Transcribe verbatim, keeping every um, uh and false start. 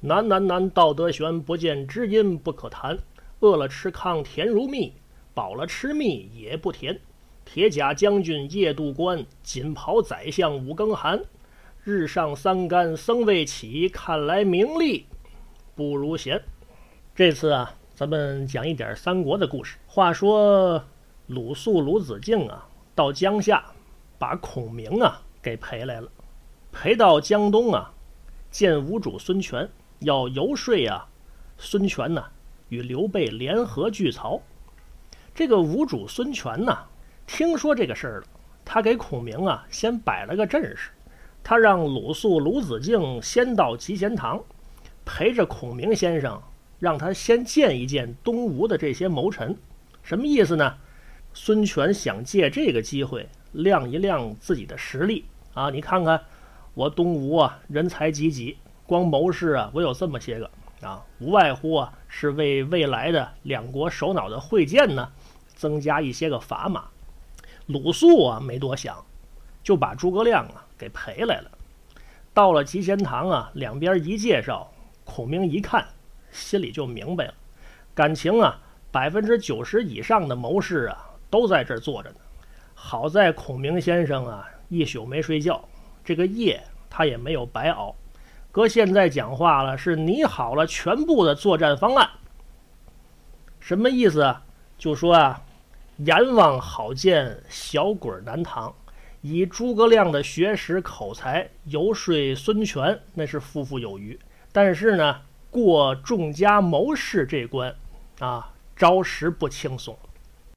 难难难，道德悬，不见知音不可谈。饿了吃糠甜如蜜，饱了吃蜜也不甜。铁甲将军夜渡关，锦袍宰相五更寒。日上三竿僧未起，看来名利不如闲。这次啊，咱们讲一点三国的故事。话说鲁肃鲁子敬啊，到江夏把孔明啊给陪来了，陪到江东啊，见吴主孙权，要游说啊孙权呢与刘备联合拒曹。这个吴主孙权呢，听说这个事儿了，他给孔明啊先摆了个阵势，他让鲁肃鲁子敬先到集贤堂，陪着孔明先生，让他先见一见东吴的这些谋臣。什么意思呢？孙权想借这个机会亮一亮自己的实力啊！你看看我东吴啊，人才济济，光谋士啊，我有这么些个啊，无外乎啊是为未来的两国首脑的会见呢，增加一些个砝码。鲁肃啊没多想，就把诸葛亮啊给陪来了。到了集贤堂啊，两边一介绍，孔明一看，心里就明白了，感情啊百分之九十以上的谋士啊都在这儿坐着呢。好在孔明先生啊一宿没睡觉，这个夜他也没有白熬。搁现在讲话了，是拟好了全部的作战方案。什么意思啊？就说啊，阎王好见小鬼难逃，以诸葛亮的学识口才游说孙权，那是富富有余。但是呢，过众家谋士这关啊，着实不轻松。